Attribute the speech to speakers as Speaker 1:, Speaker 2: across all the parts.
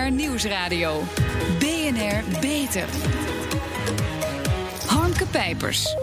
Speaker 1: BNR Nieuwsradio. BNR Beter. Hanke Pijpers.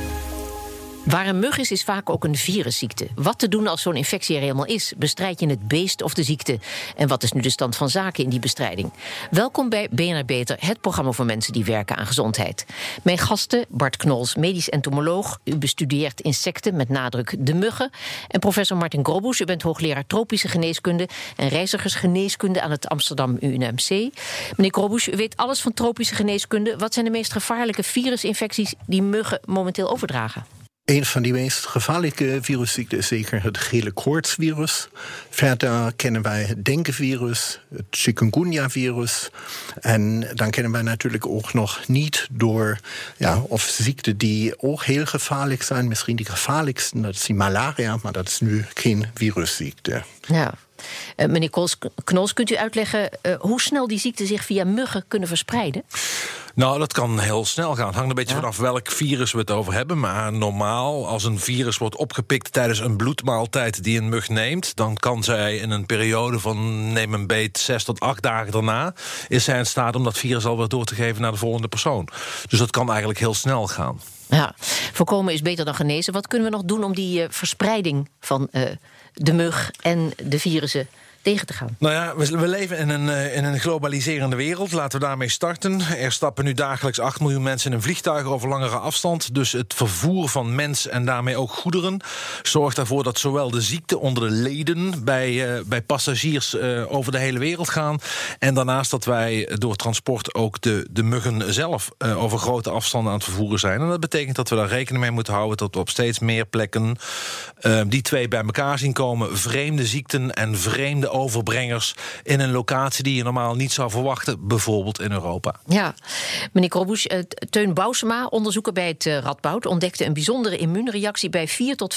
Speaker 2: Waar een mug is vaak ook een virusziekte. Wat te doen als zo'n infectie er eenmaal is? Bestrijd je het beest of de ziekte? En wat is nu de stand van zaken in die bestrijding? Welkom bij BNR Beter, het programma voor mensen die werken aan gezondheid. Mijn gasten, Bart Knols, medisch entomoloog. U bestudeert insecten, met nadruk de muggen. En professor Martin Grobbusch, u bent hoogleraar tropische geneeskunde en reizigersgeneeskunde aan het Amsterdam UMC. Meneer Grobbusch, u weet alles van tropische geneeskunde. Wat zijn de meest gevaarlijke virusinfecties die muggen momenteel overdragen?
Speaker 3: Een van die meest gevaarlijke virusziekten is zeker het gele koortsvirus. Verder kennen wij het dengue-virus, het chikungunya-virus. En dan kennen wij natuurlijk ook nog niet door of ziekten die ook heel gevaarlijk zijn. Misschien die gevaarlijkste, dat is die malaria, maar dat is nu geen virusziekte.
Speaker 2: Ja. Meneer Knols, kunt u uitleggen hoe snel die ziekten zich via muggen kunnen verspreiden?
Speaker 4: Nou, dat kan heel snel gaan. Het hangt een beetje vanaf welk virus we het over hebben. Maar normaal, als een virus wordt opgepikt tijdens een bloedmaaltijd die een mug neemt, dan kan zij in een periode van, neem een beet, 6 tot 8 dagen daarna, is zij in staat om dat virus alweer door te geven naar de volgende persoon. Dus dat kan eigenlijk heel snel gaan. Ja,
Speaker 2: voorkomen is beter dan genezen. Wat kunnen we nog doen om die verspreiding van de mug en de virussen tegen te gaan?
Speaker 4: Nou ja, we leven in een globaliserende wereld. Laten we daarmee starten. Er stappen nu dagelijks 8 miljoen mensen in een vliegtuig over langere afstand. Dus het vervoer van mens en daarmee ook goederen zorgt ervoor dat zowel de ziekte onder de leden bij passagiers over de hele wereld gaan. En daarnaast dat wij door transport ook de muggen zelf over grote afstanden aan het vervoeren zijn. En dat betekent dat we daar rekening mee moeten houden dat we op steeds meer plekken die twee bij elkaar zien komen. Vreemde ziekten en vreemde overbrengers in een locatie die je normaal niet zou verwachten, bijvoorbeeld in Europa.
Speaker 2: Ja, meneer Grobbusch, Teun Bousema, onderzoeker bij het Radboud, ontdekte een bijzondere immuunreactie bij 4-5%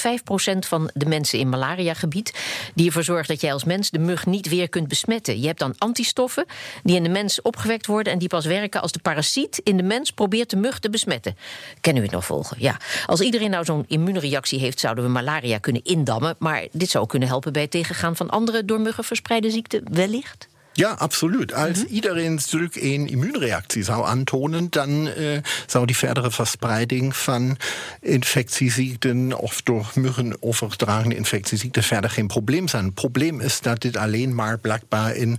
Speaker 2: van de mensen in malariagebied, die ervoor zorgt dat jij als mens de mug niet weer kunt besmetten. Je hebt dan antistoffen die in de mens opgewekt worden en die pas werken als de parasiet in de mens probeert de mug te besmetten. Kennen u het nog volgen? Ja. Als iedereen nou zo'n immuunreactie heeft, zouden we malaria kunnen indammen, maar dit zou kunnen helpen bij het tegengaan van andere door muggen verspreide ziekte wellicht?
Speaker 3: Ja, absoluut. Als iedereen natuurlijk een immuunreactie zou aantonen, dan zou die verdere verspreiding van infectieziekten of door muggen overgedragene infectieziekten verder geen probleem zijn. Het probleem is dat dit alleen maar blijkbaar in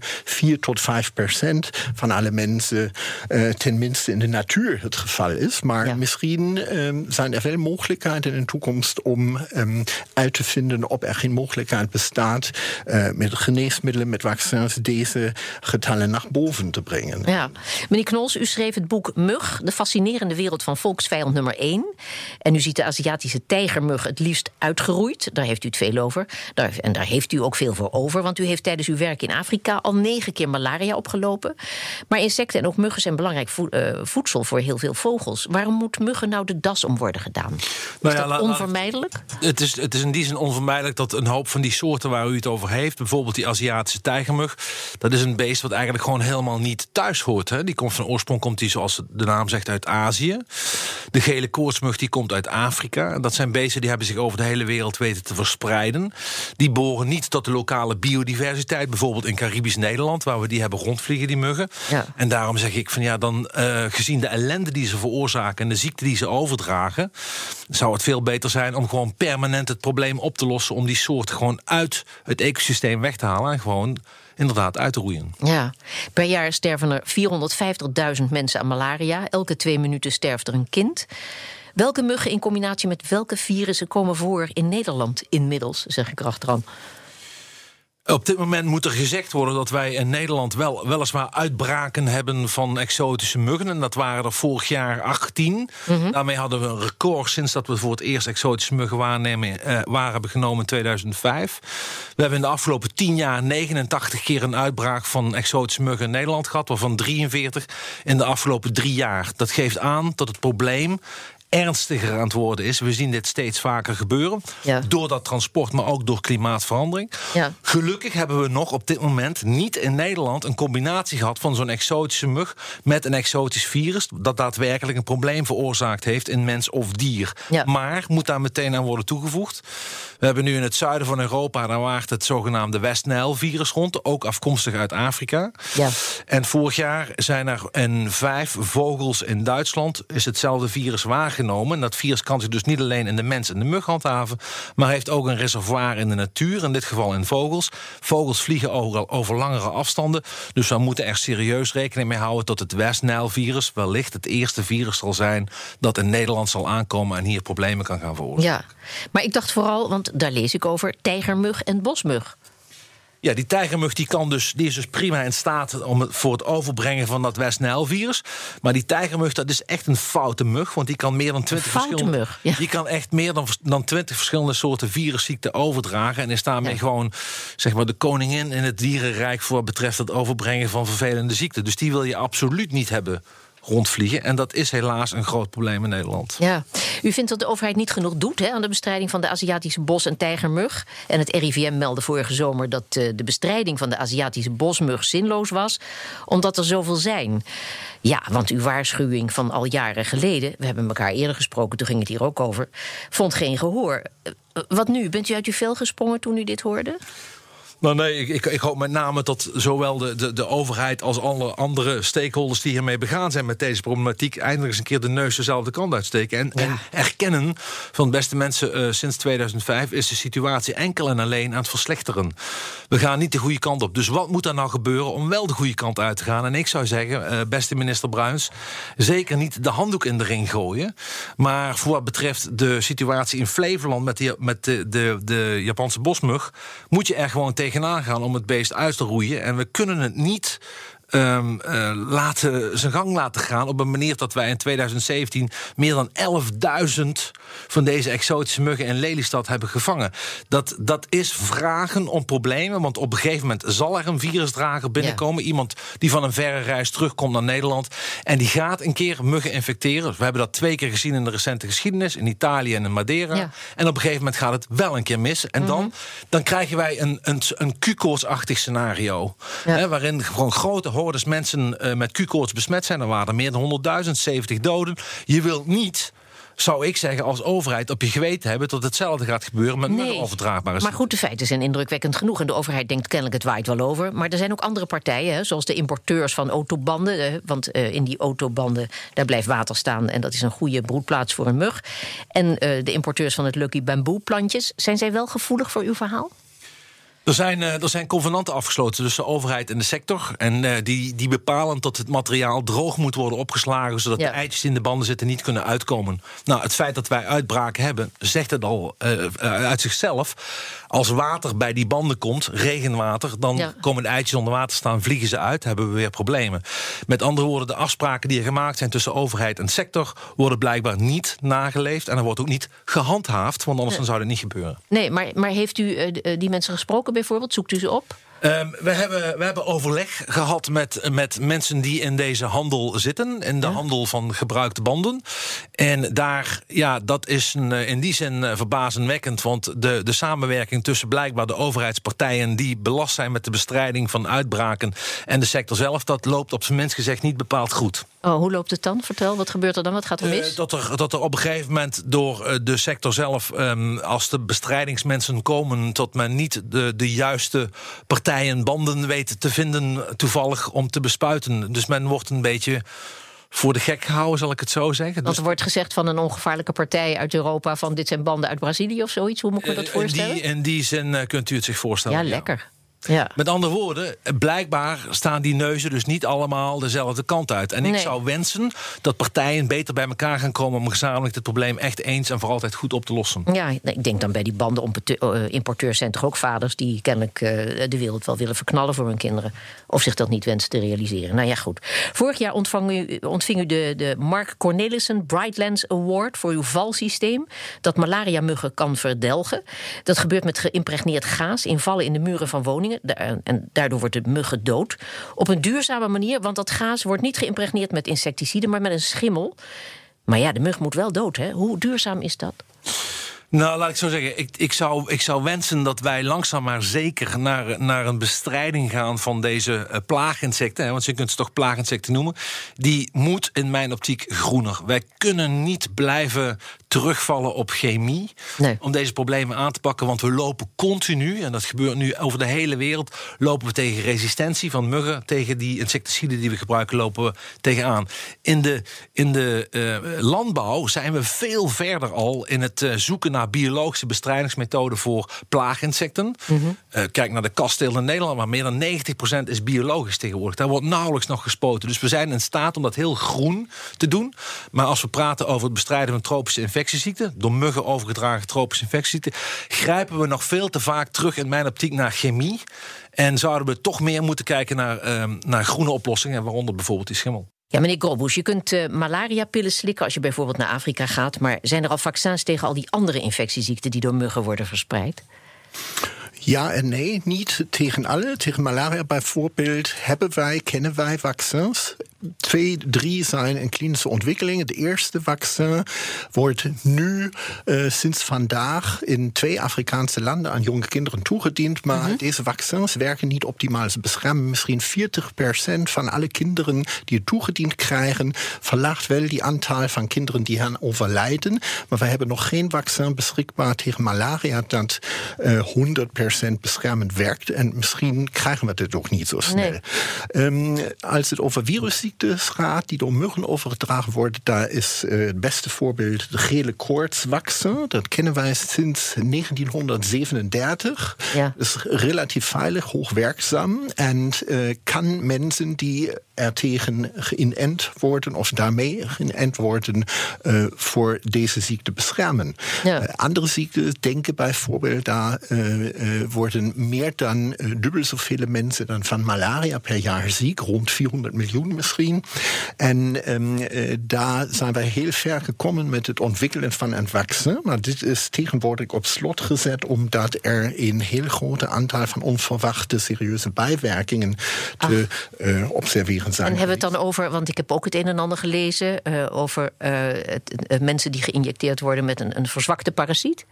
Speaker 3: 4-5% van alle mensen tenminste in de natuur het geval is. Maar misschien zijn er wel mogelijkheden in de toekomst om uit te vinden of er geen mogelijkheid bestaat met geneesmiddelen, met vaccins, deze getallen naar boven te brengen.
Speaker 2: Ja. Meneer Knols, u schreef het boek Mug, de fascinerende wereld van volksvijand nummer 1. En u ziet de Aziatische tijgermug het liefst uitgeroeid. Daar heeft u het veel over. En daar heeft u ook veel voor over, want u heeft tijdens uw werk in Afrika al 9 keer malaria opgelopen. Maar insecten en ook muggen zijn belangrijk voedsel voor heel veel vogels. Waarom moet muggen nou de das om worden gedaan? Is dat onvermijdelijk?
Speaker 4: Het is in die zin onvermijdelijk dat een hoop van die soorten waar u het over heeft, bijvoorbeeld die Aziatische tijgermug, dat is een beest wat eigenlijk gewoon helemaal niet thuis hoort. Hè. Die komt van oorsprong, zoals de naam zegt, uit Azië. De gele koortsmug die komt uit Afrika. Dat zijn beesten die hebben zich over de hele wereld weten te verspreiden. Die behoren niet tot de lokale biodiversiteit, bijvoorbeeld in Caribisch Nederland, waar we die hebben rondvliegen, die muggen. Ja. En daarom zeg ik gezien de ellende die ze veroorzaken en de ziekte die ze overdragen, zou het veel beter zijn om gewoon permanent het probleem op te lossen, om die soorten gewoon uit het ecosysteem weg te halen en gewoon inderdaad uit te roeien.
Speaker 2: Ja, per jaar sterven er 450.000 mensen aan malaria. Elke 2 minuten sterft er een kind. Welke muggen in combinatie met welke virussen komen voor in Nederland inmiddels, zeg ik erachteraan?
Speaker 4: Op dit moment moet er gezegd worden dat wij in Nederland weliswaar uitbraken hebben van exotische muggen. En dat waren er vorig jaar 18. Daarmee hadden we een record sinds dat we voor het eerst exotische muggen waar hebben genomen in 2005. We hebben in de afgelopen 10 jaar 89 keer een uitbraak van exotische muggen in Nederland gehad, waarvan 43 in de afgelopen 3 jaar. Dat geeft aan dat het probleem ernstiger aan het worden is. We zien dit steeds vaker gebeuren.
Speaker 2: Ja.
Speaker 4: Door dat transport, maar ook door klimaatverandering.
Speaker 2: Ja.
Speaker 4: Gelukkig hebben we nog op dit moment niet in Nederland een combinatie gehad van zo'n exotische mug met een exotisch virus dat daadwerkelijk een probleem veroorzaakt heeft in mens of dier.
Speaker 2: Ja.
Speaker 4: Maar moet daar meteen aan worden toegevoegd. We hebben nu in het zuiden van Europa, daar waart het zogenaamde West Nile-virus rond, ook afkomstig uit Afrika.
Speaker 2: Ja.
Speaker 4: En vorig jaar zijn er in 5 vogels in Duitsland is hetzelfde virus waargenomen. En dat virus kan zich dus niet alleen in de mens en de mug handhaven, maar heeft ook een reservoir in de natuur, in dit geval in vogels. Vogels vliegen over langere afstanden, dus we moeten er serieus rekening mee houden dat het West Nile-virus wellicht het eerste virus zal zijn dat in Nederland zal aankomen en hier problemen kan gaan veroorzaken.
Speaker 2: Ja, maar ik dacht vooral, want daar lees ik over tijgermug en bosmug.
Speaker 4: Ja, die tijgermug die is dus prima in staat voor het overbrengen van dat West Nile-virus. Maar die tijgermug, dat is echt een foute mug, want die kan meer dan 20 verschillende
Speaker 2: mug, ja.
Speaker 4: Die kan echt meer dan 20 verschillende soorten virusziekten overdragen en is daarmee gewoon, zeg maar, de koningin in het dierenrijk voor wat betreft het overbrengen van vervelende ziekten. Dus die wil je absoluut niet hebben rondvliegen. En dat is helaas een groot probleem in Nederland.
Speaker 2: Ja. U vindt dat de overheid niet genoeg doet aan de bestrijding van de Aziatische bos- en tijgermug. En het RIVM meldde vorige zomer dat de bestrijding van de Aziatische bosmug zinloos was, omdat er zoveel zijn. Ja, want uw waarschuwing van al jaren geleden, we hebben elkaar eerder gesproken, toen ging het hier ook over, vond geen gehoor. Wat nu? Bent u uit uw vel gesprongen toen u dit hoorde?
Speaker 4: Nou nee, ik hoop met name dat zowel de overheid als alle andere stakeholders die hiermee begaan zijn met deze problematiek eindelijk eens een keer de neus dezelfde kant uitsteken. En erkennen van beste mensen, sinds 2005 is de situatie enkel en alleen aan het verslechteren. We gaan niet de goede kant op. Dus wat moet er nou gebeuren om wel de goede kant uit te gaan? En ik zou zeggen, beste minister Bruins, zeker niet de handdoek in de ring gooien. Maar voor wat betreft de situatie in Flevoland met de Japanse bosmug, moet je er gewoon tegenaan gaan om het beest uit te roeien. En we kunnen het niet zijn gang laten gaan op een manier dat wij in 2017 meer dan 11.000 van deze exotische muggen in Lelystad hebben gevangen. Dat is vragen om problemen, want op een gegeven moment zal er een virusdrager binnenkomen. Ja. Iemand die van een verre reis terugkomt naar Nederland en die gaat een keer muggen infecteren. We hebben dat 2 keer gezien in de recente geschiedenis, in Italië en in Madeira. Ja. En op een gegeven moment gaat het wel een keer mis. En dan krijgen wij een Q-koortsachtig scenario. Hè, waarin gewoon grote hordes mensen met Q-koorts besmet zijn. Er waren er meer dan 100.000, 70 doden. Je wilt niet, zou ik zeggen, als overheid op je geweten hebben dat hetzelfde gaat gebeuren met muggen-overdraagbare ziekten.
Speaker 2: Maar goed, de feiten zijn indrukwekkend genoeg. En de overheid denkt kennelijk het waait wel over. Maar er zijn ook andere partijen, zoals de importeurs van autobanden. Want in die autobanden, daar blijft water staan. En dat is een goede broedplaats voor een mug. En de importeurs van het Lucky Bamboo plantjes. Zijn zij wel gevoelig voor uw verhaal?
Speaker 4: Er zijn convenanten afgesloten tussen de overheid en de sector. En die bepalen dat het materiaal droog moet worden opgeslagen, zodat de eitjes die in de banden zitten niet kunnen uitkomen. Nou, het feit dat wij uitbraken hebben, zegt het al uit zichzelf. Als water bij die banden komt, regenwater, dan komen de eitjes onder water staan, vliegen ze uit, hebben we weer problemen. Met andere woorden, de afspraken die er gemaakt zijn tussen overheid en sector worden blijkbaar niet nageleefd. En er wordt ook niet gehandhaafd, want anders dan zou dat niet gebeuren.
Speaker 2: Nee, maar heeft u die mensen gesproken bijvoorbeeld? Zoekt u ze op?
Speaker 4: We hebben overleg gehad met mensen die in deze handel zitten. In de handel van gebruikte banden. En dat is in die zin verbazingwekkend. Want de samenwerking tussen blijkbaar de overheidspartijen die belast zijn met de bestrijding van uitbraken en de sector zelf, dat loopt op zijn minst gezegd niet bepaald goed.
Speaker 2: Oh, hoe loopt het dan? Vertel, wat gebeurt er dan? Wat gaat er mis?
Speaker 4: Dat er op een gegeven moment door de sector zelf, als de bestrijdingsmensen komen, tot men niet de juiste partijen banden weet te vinden toevallig om te bespuiten. Dus men wordt een beetje voor de gek gehouden, zal ik het zo zeggen.
Speaker 2: Want er wordt gezegd van een ongevaarlijke partij uit Europa van dit zijn banden uit Brazilië of zoiets. Hoe moet ik me dat voorstellen?
Speaker 4: In die zin kunt u het zich voorstellen.
Speaker 2: Ja, lekker. Ja.
Speaker 4: Met andere woorden, blijkbaar staan die neuzen dus niet allemaal dezelfde kant uit. En ik zou wensen dat partijen beter bij elkaar gaan komen om gezamenlijk dit probleem echt eens en voor altijd goed op te lossen.
Speaker 2: Ja, ik denk dan bij die bandenimporteurs zijn toch ook vaders die kennelijk de wereld wel willen verknallen voor hun kinderen. Of zich dat niet wensen te realiseren. Nou ja, goed. Vorig jaar ontving u de Mark Cornelissen Brightlands Award voor uw valsysteem dat malaria-muggen kan verdelgen. Dat gebeurt met geïmpregneerd gaas in vallen in de muren van woningen. En daardoor wordt de mug gedood. Op een duurzame manier, want dat gaas wordt niet geïmpregneerd met insecticiden, maar met een schimmel. Maar ja, de mug moet wel dood, hè? Hoe duurzaam is dat?
Speaker 4: Nou, laat ik zo zeggen. Ik zou wensen dat wij langzaam maar zeker naar een bestrijding gaan van deze plaaginsecten. Hè, want je kunt ze toch plaaginsecten noemen. Die moet in mijn optiek groener. Wij kunnen niet blijven terugvallen op chemie om deze problemen aan te pakken. Want we lopen continu, en dat gebeurt nu over de hele wereld, lopen we tegen resistentie van muggen. Tegen die insecticiden die we gebruiken, lopen we tegenaan. In de landbouw zijn we veel verder al in het zoeken naar biologische bestrijdingsmethoden voor plaaginsecten. Kijk naar de kasteel in Nederland, maar meer dan 90% is biologisch tegenwoordig. Daar wordt nauwelijks nog gespoten. Dus we zijn in staat om dat heel groen te doen. Maar als we praten over het bestrijden van tropische infectieziekten, door muggen overgedragen tropische infectieziekten, grijpen we nog veel te vaak terug in mijn optiek naar chemie. En zouden we toch meer moeten kijken naar groene oplossingen, waaronder bijvoorbeeld die schimmel.
Speaker 2: Ja, meneer Grobbusch, je kunt malariapillen slikken als je bijvoorbeeld naar Afrika gaat, maar zijn er al vaccins tegen al die andere infectieziekten die door muggen worden verspreid?
Speaker 3: Ja en nee, niet tegen alle. Tegen malaria bijvoorbeeld kennen wij vaccins. 2, 3 zijn in klinische ontwikkeling. Het eerste vaccin wordt nu sinds vandaag in 2 Afrikaanse landen aan jonge kinderen toegediend. Maar deze vaccins werken niet optimaal. Ze beschermen misschien 40% van alle kinderen die het toegediend krijgen. Verlaagt wel die aantal van kinderen die gaan overlijden. Maar we hebben nog geen vaccin beschikbaar tegen malaria dat 100% beschermend werkt. En misschien krijgen we het ook niet zo snel. Nee. Als het over virusziekten gaat die door muggen overgedragen worden, daar is het beste voorbeeld de gele koortsvaccin. Dat kennen wij sinds 1937. Ja. Dat is relatief veilig, hoogwerkzaam en kan mensen die er tegen geïnent worden of daarmee geïnent worden voor deze ziekte beschermen. Ja. Andere ziekten, denken bijvoorbeeld, daar worden meer dan dubbel zoveel mensen dan van malaria per jaar ziek, rond 400 miljoen misschien. En daar zijn wij heel ver gekomen met het ontwikkelen van een vaccin. Maar dit is tegenwoordig op slot gezet, omdat er een heel groot aantal van onverwachte serieuze bijwerkingen te observeren zijn.
Speaker 2: En hebben we het dan over, want ik heb ook het een en ander gelezen over mensen die geïnjecteerd worden met een verzwakte parasiet?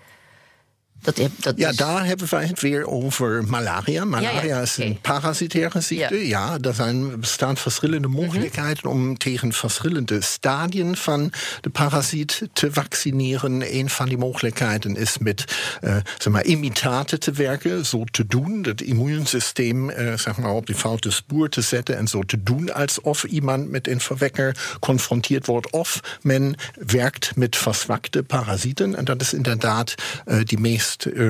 Speaker 3: Daar hebben wij het weer over malaria. Malaria is een parasitaire ziekte. Ja, er bestaan verschillende mogelijkheden om tegen verschillende stadien van de parasiet te vaccineren. Een van die mogelijkheden is met imitaten te werken, zo te doen, het immuunsysteem op die foute spoor te zetten en zo te doen alsof iemand met een verwekker confronteerd wordt. Of men werkt met verzwakte parasieten en dat is inderdaad die meest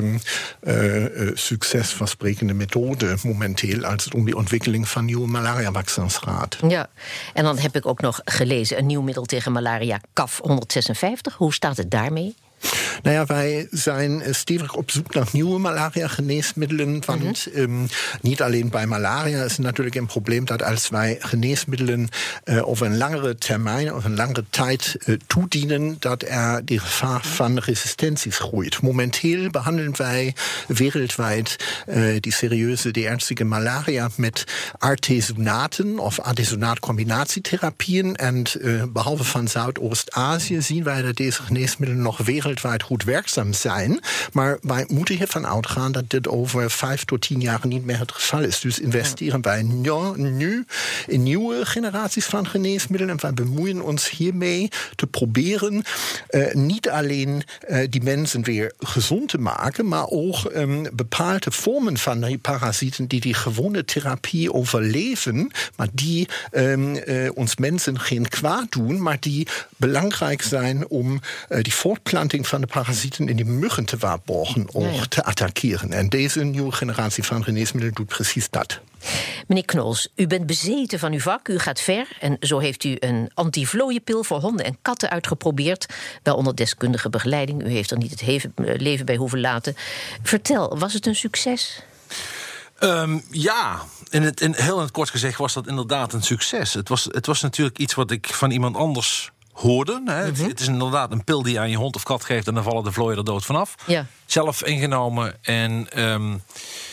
Speaker 3: succesversprekende methode momenteel als het om die ontwikkeling van nieuwe malaria-vaccins gaat.
Speaker 2: Ja, en dan heb ik ook nog gelezen een nieuw middel tegen malaria, CAF 156. Hoe staat het daarmee?
Speaker 3: Nou ja, wij zijn stevig op zoek naar nieuwe malaria-geneesmiddelen. Want niet alleen bij malaria is het natuurlijk een probleem dat als wij geneesmiddelen over een langere termijn, over een langere tijd toedienen, dat er die gevaar van resistenties groeit. Momenteel behandelen wij wereldwijd die ernstige malaria met artesunaten of artesunaat-combinatietherapieën. En behalve van Zuidoost-Azië zien wij dat deze geneesmiddelen nog wereldwijd goed werkzaam zijn. Maar wij moeten hiervan uitgaan dat dit over 5 tot 10 jaar niet meer het geval is. Dus investeren wij nu in nieuwe generaties van geneesmiddelen. En wij bemoeien ons hiermee te proberen niet alleen die mensen weer gezond te maken, maar ook bepaalde vormen van die parasieten die gewone therapie overleven, maar die ons mensen geen kwaad doen, maar die belangrijk zijn om die voortplanting van de parasieten in die muggen te waarborgen of te attackeren. En deze nieuwe generatie van geneesmiddelen doet precies dat.
Speaker 2: Meneer Knols, u bent bezeten van uw vak, u gaat ver en zo heeft u een antivlooienpil voor honden en katten uitgeprobeerd, wel onder deskundige begeleiding. U heeft er niet het leven bij hoeven laten. Vertel, was het een succes?
Speaker 4: Ja, heel in het kort gezegd was dat inderdaad een succes. Het was natuurlijk iets wat ik van iemand anders hoorde. Hè. Het is inderdaad een pil die je aan je hond of kat geeft en dan vallen de vlooien er dood vanaf. Ja. Zelf ingenomen en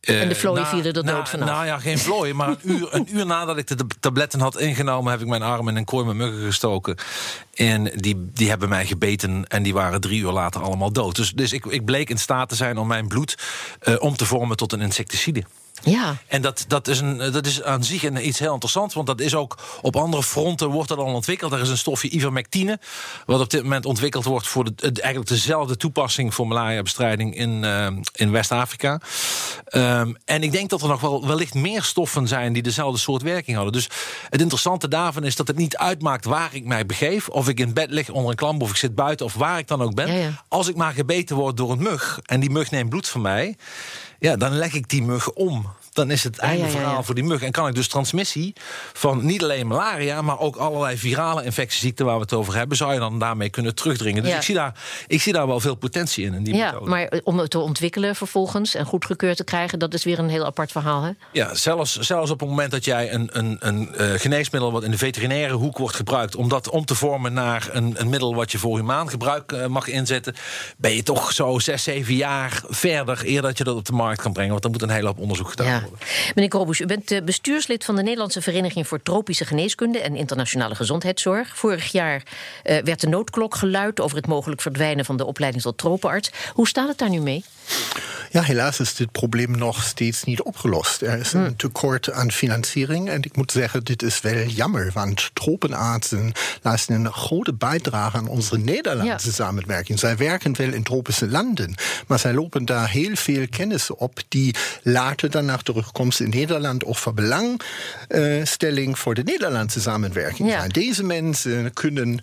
Speaker 2: En de vlooien vielen er dood vanaf.
Speaker 4: Nou ja, geen vlooien, maar een uur nadat ik de tabletten had ingenomen, heb ik mijn arm in een kooi met muggen gestoken. En die hebben mij gebeten en die waren 3 uur later allemaal dood. Dus ik bleek in staat te zijn om mijn bloed om te vormen tot een insecticide.
Speaker 2: Ja.
Speaker 4: En dat is aan zich iets heel interessants, want dat is ook op andere fronten wordt dat al ontwikkeld. Er is een stofje ivermectine, wat op dit moment ontwikkeld wordt voor eigenlijk dezelfde toepassing voor malariabestrijding in West-Afrika. En ik denk dat er nog wellicht meer stoffen zijn die dezelfde soort werking hadden. Dus het interessante daarvan is dat het niet uitmaakt waar ik mij begeef, of ik in bed lig onder een klamboe of ik zit buiten of waar ik dan ook ben.
Speaker 2: Ja.
Speaker 4: Als ik maar gebeten word door een mug en die mug neemt bloed van mij, ja, dan leg ik die mug om. Dan is het einde verhaal voor die mug. En kan ik dus transmissie van niet alleen malaria, maar ook allerlei virale infectieziekten waar we het over hebben, zou je dan daarmee kunnen terugdringen. Dus ik zie daar wel veel potentie in die methode. Maar
Speaker 2: om het te ontwikkelen vervolgens en goedgekeurd te krijgen, dat is weer een heel apart verhaal, hè? Ja,
Speaker 4: zelfs op het moment dat jij een geneesmiddel wat in de veterinaire hoek wordt gebruikt, om dat om te vormen naar een middel wat je voor humaan gebruik mag inzetten, ben je toch zo 6-7 jaar verder eer dat je dat op de markt kan brengen. Want dan moet een hele hoop onderzoek gedaan worden.
Speaker 2: Meneer Grobus, u bent bestuurslid van de Nederlandse Vereniging voor Tropische Geneeskunde en Internationale Gezondheidszorg. Vorig jaar werd de noodklok geluid over het mogelijk verdwijnen van de opleiding tot tropenarts. Hoe staat het daar nu mee?
Speaker 3: Ja, helaas is dit probleem nog steeds niet opgelost. Er is een tekort aan financiering. En ik moet zeggen, dit is wel jammer. Want tropenartsen leisten een grote bijdrage aan onze Nederlandse samenwerking. Zij werken wel in tropische landen. Maar zij lopen daar heel veel kennis op die later dan nach terugkomst in Nederland ook van belangstelling voor de Nederlandse samenwerking zijn. Deze mensen kunnen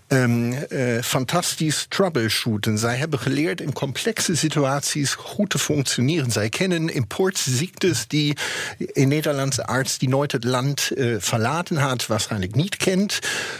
Speaker 3: fantastisch troubleshooten. Zij hebben geleerd in complexe situaties goed te functioneren. Zij kennen importziektes die een Nederlandse arts die nooit het land verlaten had waarschijnlijk niet kent.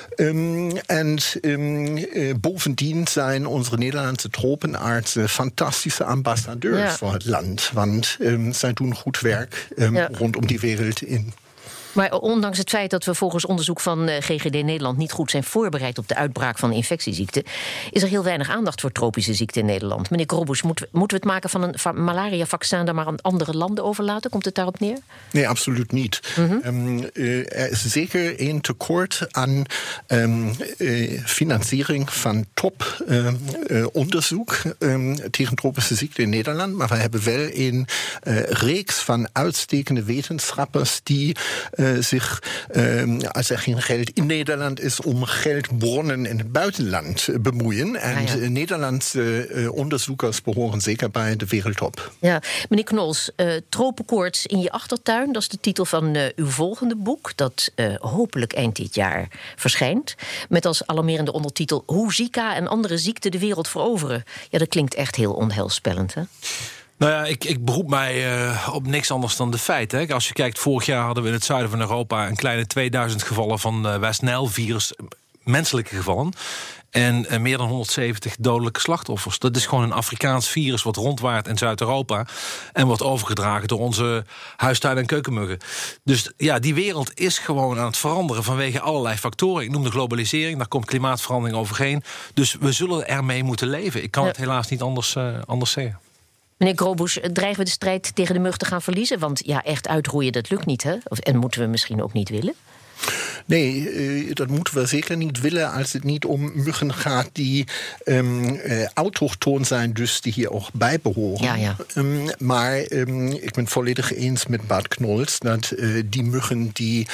Speaker 3: Bovendien zijn onze Nederlandse tropenartsen fantastische ambassadeurs voor het land. Want zij doen goed werk rondom die wereld in.
Speaker 2: Maar ondanks het feit dat we volgens onderzoek van GGD Nederland niet goed zijn voorbereid op de uitbraak van infectieziekten, is er heel weinig aandacht voor tropische ziekten in Nederland. Meneer Grobus, moeten we het maken van een malaria-vaccin dan maar aan andere landen overlaten? Komt het daarop neer?
Speaker 3: Nee, absoluut niet. Er is zeker een tekort aan financiering van toponderzoek tegen tropische ziekten in Nederland. Maar we hebben wel een reeks van uitstekende wetenschappers die zich, als er geen geld in Nederland is, om geldbronnen in het buitenland bemoeien. En Nederlandse onderzoekers behoren zeker bij de wereldtop.
Speaker 2: Ja, meneer Knols, tropenkoorts in je achtertuin, dat is de titel van uw volgende boek, dat hopelijk eind dit jaar verschijnt. Met als alarmerende ondertitel Hoe Zika en andere ziekten de wereld veroveren. Ja, dat klinkt echt heel onheilspellend, hè?
Speaker 4: Nou ja, ik beroep mij op niks anders dan de feiten. Hè. Als je kijkt, vorig jaar hadden we in het zuiden van Europa een kleine 2000 gevallen van West Nile-virus, menselijke gevallen. En meer dan 170 dodelijke slachtoffers. Dat is gewoon een Afrikaans virus wat rondwaart in Zuid-Europa en wordt overgedragen door onze huistuin- en keukenmuggen. Dus ja, die wereld is gewoon aan het veranderen vanwege allerlei factoren. Ik noem de globalisering, daar komt klimaatverandering overheen. Dus we zullen ermee moeten leven. Ik kan het helaas niet anders zeggen.
Speaker 2: Meneer Grobus, dreigen we de strijd tegen de mug te gaan verliezen? Want ja, echt uitroeien, dat lukt niet, hè? En moeten we misschien ook niet willen?
Speaker 3: Nee, dat moeten we zeker niet willen als het niet om muggen gaat die autochtoon zijn, dus die hier ook bij behoren. Maar ik ben volledig eens met Bart Knols dat die muggen die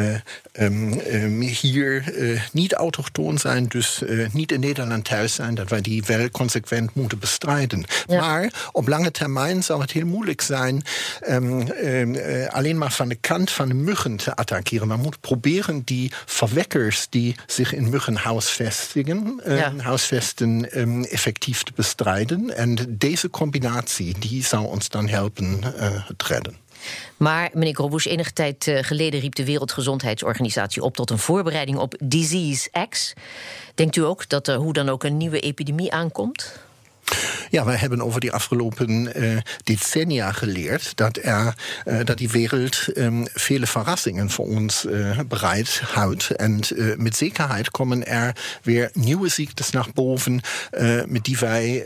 Speaker 3: hier niet autochtoon zijn, dus niet in Nederland thuis zijn, dat wij die wel consequent moeten bestrijden. Ja. Maar op lange termijn zou het heel moeilijk zijn alleen maar van de kant van de muggen te attackeren. Man moet proberen die verwekkers die zich in muggen huisvesten effectief te bestrijden. En deze combinatie die zou ons dan helpen het redden.
Speaker 2: Maar meneer Grobus, enige tijd geleden riep de Wereldgezondheidsorganisatie op tot een voorbereiding op Disease X. Denkt u ook dat er hoe dan ook een nieuwe epidemie aankomt?
Speaker 3: Ja, wij hebben over die afgelopen decennia geleerd dat die wereld vele verrassingen voor ons bereit houdt. En met zekerheid komen er weer nieuwe ziektes naar boven, met die wij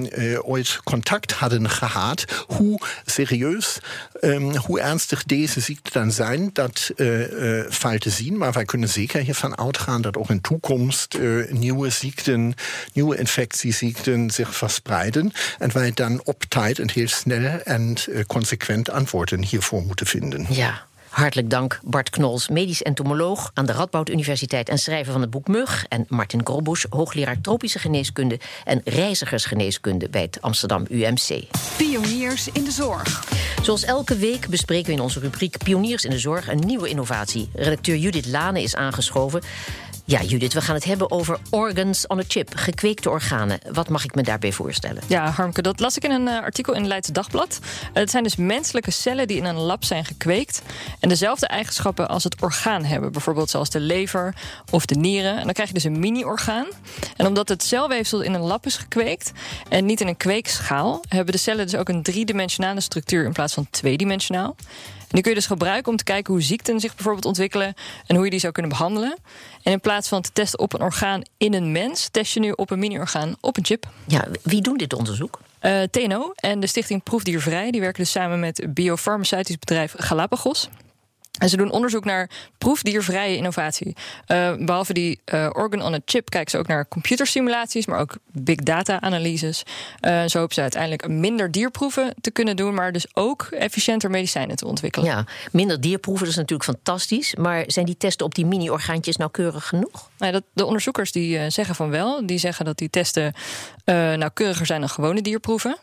Speaker 3: ooit contact hadden gehad. Hoe serieus, hoe ernstig deze ziekten dan zijn, dat valt te zien. Maar wij kunnen zeker hiervan uitgaan dat ook in toekomst nieuwe ziekten, nieuwe infectieziekten zich verspreiden. En wij dan op tijd en heel snel en consequent antwoorden hiervoor moeten vinden.
Speaker 2: Ja. Hartelijk dank, Bart Knols, medisch entomoloog aan de Radboud Universiteit en schrijver van het boek Mug. En Martin Grobbusch, hoogleraar tropische geneeskunde en reizigersgeneeskunde bij het Amsterdam UMC.
Speaker 1: Pioniers in de zorg.
Speaker 2: Zoals elke week bespreken we in onze rubriek Pioniers in de zorg een nieuwe innovatie. Redacteur Judith Lane is aangeschoven. Ja, Judith, we gaan het hebben over organs on a chip, gekweekte organen. Wat mag ik me daarbij voorstellen?
Speaker 5: Ja, Harmke, dat las ik in een artikel in Leids Dagblad. Het zijn dus menselijke cellen die in een lab zijn gekweekt en dezelfde eigenschappen als het orgaan hebben. Bijvoorbeeld zoals de lever of de nieren. En dan krijg je dus een mini-orgaan. En omdat het celweefsel in een lab is gekweekt en niet in een kweekschaal, hebben de cellen dus ook een driedimensionale structuur in plaats van tweedimensionaal. En die kun je dus gebruiken om te kijken hoe ziekten zich bijvoorbeeld ontwikkelen en hoe je die zou kunnen behandelen. En in plaats van te testen op een orgaan in een mens, test je nu op een mini-orgaan op een chip.
Speaker 2: Ja, wie doen dit onderzoek?
Speaker 5: TNO en de stichting Proefdiervrij, die werken dus samen met het biofarmaceutisch bedrijf Galapagos. En ze doen onderzoek naar proefdiervrije innovatie. Behalve die organ on a chip kijken ze ook naar computersimulaties, maar ook big data analyses. Zo hopen ze uiteindelijk minder dierproeven te kunnen doen, maar dus ook efficiënter medicijnen te ontwikkelen.
Speaker 2: Ja, minder dierproeven, dat is natuurlijk fantastisch. Maar zijn die testen op die mini-orgaantjes nauwkeurig genoeg?
Speaker 5: Nou, de onderzoekers die zeggen van wel. Die zeggen dat die testen nauwkeuriger zijn dan gewone dierproeven.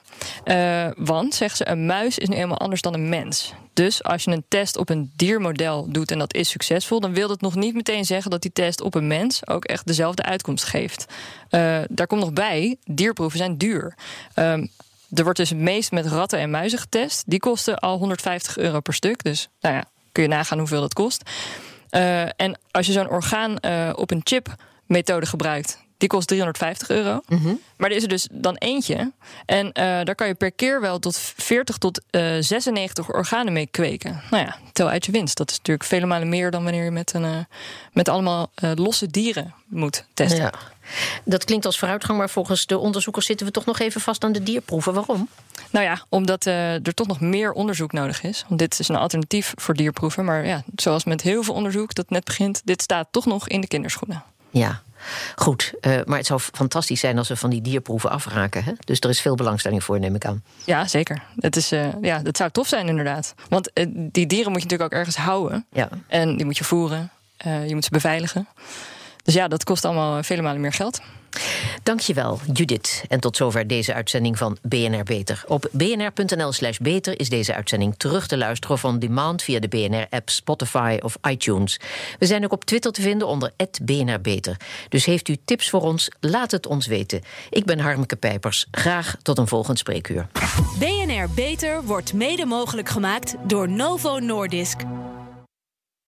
Speaker 5: Want, zeggen ze, een muis is nu eenmaal anders dan een mens. Dus als je een test op een diermodel doet en dat is succesvol, dan wil dat nog niet meteen zeggen dat die test op een mens ook echt dezelfde uitkomst geeft. Daar komt nog bij, dierproeven zijn duur. Er wordt dus het meest met ratten en muizen getest. Die kosten al €150 per stuk. Dus nou ja, kun je nagaan hoeveel dat kost. En als je zo'n orgaan op een chip methode gebruikt, die kost €350. Mm-hmm. Maar er is er dus dan eentje. En daar kan je per keer wel tot 40 tot 96 organen mee kweken. Nou ja, tel uit je winst. Dat is natuurlijk vele malen meer dan wanneer je met allemaal losse dieren moet testen.
Speaker 2: Ja. Dat klinkt als vooruitgang, maar volgens de onderzoekers zitten we toch nog even vast aan de dierproeven. Waarom?
Speaker 5: Nou ja, omdat er toch nog meer onderzoek nodig is. Want dit is een alternatief voor dierproeven. Maar ja, zoals met heel veel onderzoek dat net begint, dit staat toch nog in de kinderschoenen.
Speaker 2: Ja. Goed, maar het zou fantastisch zijn als we van die dierproeven afraken. Hè? Dus er is veel belangstelling voor, neem ik aan.
Speaker 5: Ja, zeker. Dat zou tof zijn, inderdaad. Want die dieren moet je natuurlijk ook ergens houden. Ja. En die moet je voeren. Je moet ze beveiligen. Dus ja, dat kost allemaal vele malen meer geld.
Speaker 2: Dankjewel, Judith. En tot zover deze uitzending van BNR Beter. Op bnr.nl/beter is deze uitzending terug te luisteren of on demand via de BNR-app, Spotify of iTunes. We zijn ook op Twitter te vinden onder @BNRBeter. Dus heeft u tips voor ons, laat het ons weten. Ik ben Harmke Pijpers. Graag tot een volgend spreekuur.
Speaker 6: BNR Beter wordt mede mogelijk gemaakt door Novo Nordisk.